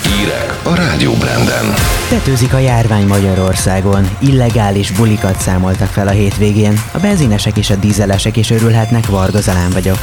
Hírek a Rádió Branden. Tetőzik a járvány Magyarországon. Illegális bulikat számoltak fel a hétvégén. A benzinesek és a dízelesek is örülhetnek, Varga Zalán vagyok.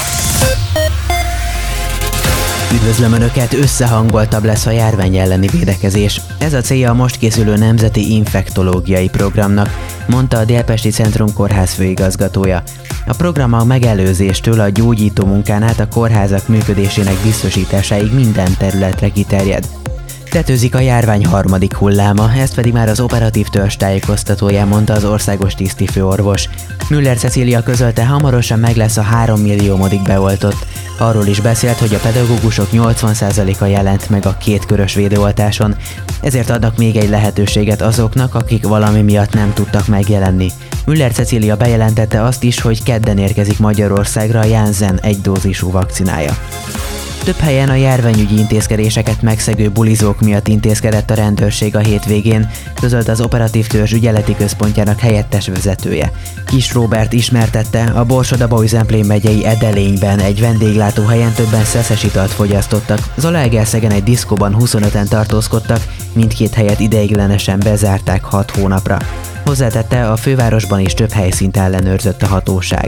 Üdvözlöm Önöket, összehangoltabb lesz a járvány elleni védekezés. Ez a célja a most készülő Nemzeti Infektológiai Programnak, mondta a Délpesti Centrum Kórház főigazgatója. A program a megelőzéstől a gyógyító munkán át a kórházak működésének biztosításáig minden területre kiterjed. Tetőzik a járvány harmadik hulláma, ezt pedig már az operatív törzs tájékoztatóján mondta az országos tisztifőorvos. Müller Cecília közölte, hamarosan meg lesz a 3 milliómodik beoltott. Arról is beszélt, hogy a pedagógusok 80%-a jelent meg a 2 körös védőoltáson, ezért adnak még egy lehetőséget azoknak, akik valami miatt nem tudtak megjelenni. Müller Cecília bejelentette azt is, hogy kedden érkezik Magyarországra a Janssen egydózisú vakcinája. Több helyen a járványügyi intézkedéseket megszegő bulizók miatt intézkedett a rendőrség a hétvégén, közölt az operatív törzs ügyeleti központjának helyettes vezetője. Kis Róbert ismertette, a Borsod-Abaúj-Zemplén megyei Edelényben egy vendéglátóhelyen többen szeszes italt fogyasztottak. Zalaegerszegen egy diszkóban 25-en tartózkodtak, mindkét helyet ideiglenesen bezárták 6 hónapra. Hozzátette, a fővárosban is több helyszínt ellenőrzött a hatóság.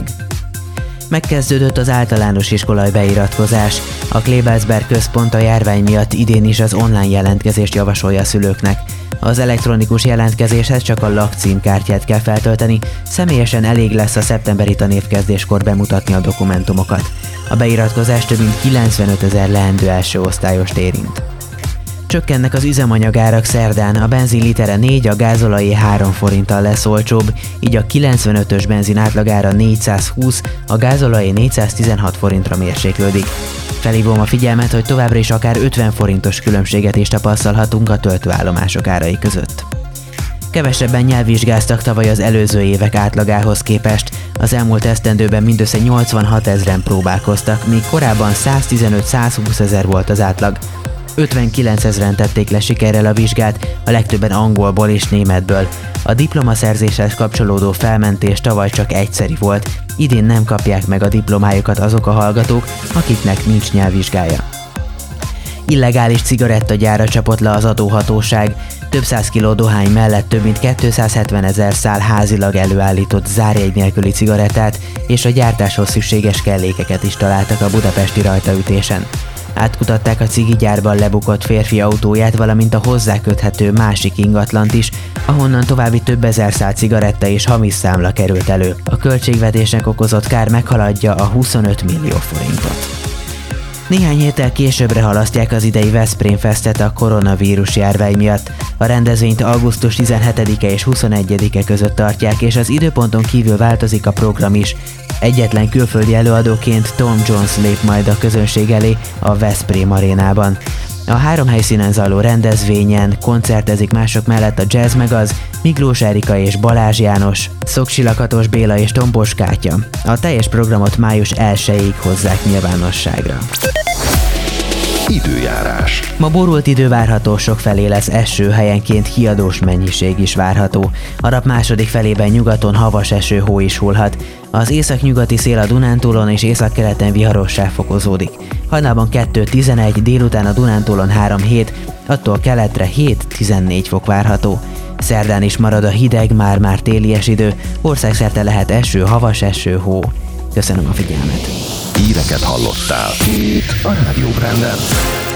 Megkezdődött az általános iskolai beiratkozás. A Klebersberg központ a járvány miatt idén is az online jelentkezést javasolja a szülőknek. Az elektronikus jelentkezéshez csak a lakcímkártyát kell feltölteni, személyesen elég lesz a szeptemberi tanévkezdéskor bemutatni a dokumentumokat. A beiratkozás több mint 95 000 leendő első osztályost érint. Csökkennek az üzemanyagárak szerdán, a benzin litere 4, a gázolajé 3 forinttal lesz olcsóbb, így a 95-ös benzin átlagára 420, a gázolajé 416 forintra mérséklődik. Felhívom a figyelmet, hogy továbbra is akár 50 forintos különbséget is tapasztalhatunk a töltőállomások árai között. Kevesebben nyelvvizsgáztak tavaly az előző évek átlagához képest. Az elmúlt esztendőben mindössze 86 000-en próbálkoztak, míg korábban 115-120 000 volt az átlag. 59 000-en tették le sikerrel a vizsgát, a legtöbben angolból és németből. A diplomaszerzéshez kapcsolódó felmentés tavaly csak egyszeri volt, idén nem kapják meg a diplomájukat azok a hallgatók, akiknek nincs nyelvvizsgája. Illegális cigarettagyárra csapott le az adóhatóság. Több száz kiló dohány mellett több mint 270 000 szál házilag előállított zárjegy nélküli cigarettát és a gyártáshoz szükséges kellékeket is találtak a budapesti rajtaütésen. Átkutatták a cigigyárban lebukott férfi autóját, valamint a hozzá köthető másik ingatlant is, ahonnan további több ezer szál cigaretta és hamis számla került elő. A költségvetésnek okozott kár meghaladja a 25 millió forintot. Néhány héttel későbbre halasztják az idei Veszprém Festet a koronavírus járvány miatt. A rendezvényt augusztus 17-e és 21-e között tartják, és az időponton kívül változik a program is. Egyetlen külföldi előadóként Tom Jones lép majd a közönség elé a Veszprém arénában. A 3 helyszínen zajló rendezvényen koncertezik mások mellett a Jazz Megaz, Miklós Erika és Balázs János, Szoksi Lakatos Béla és Tompos Kátya. A teljes programot május 1-ig hozzák nyilvánosságra. Időjárás. Ma borult idő várható, sokfelé lesz eső, helyenként hiadós mennyiség is várható. A nap második felében nyugaton havas eső, hó is hullhat. Az északnyugati szél a Dunántúlon és északkeleten viharossá fokozódik. Hajnalban 2-11, délután a Dunántúlon 3-7, attól keletre 7-14 fok várható. Szerdán is marad a hideg, már télies idő, országszerte lehet eső, havas eső, hó. Köszönöm a figyelmet! Híreket hallottál itt a Rádió Branden.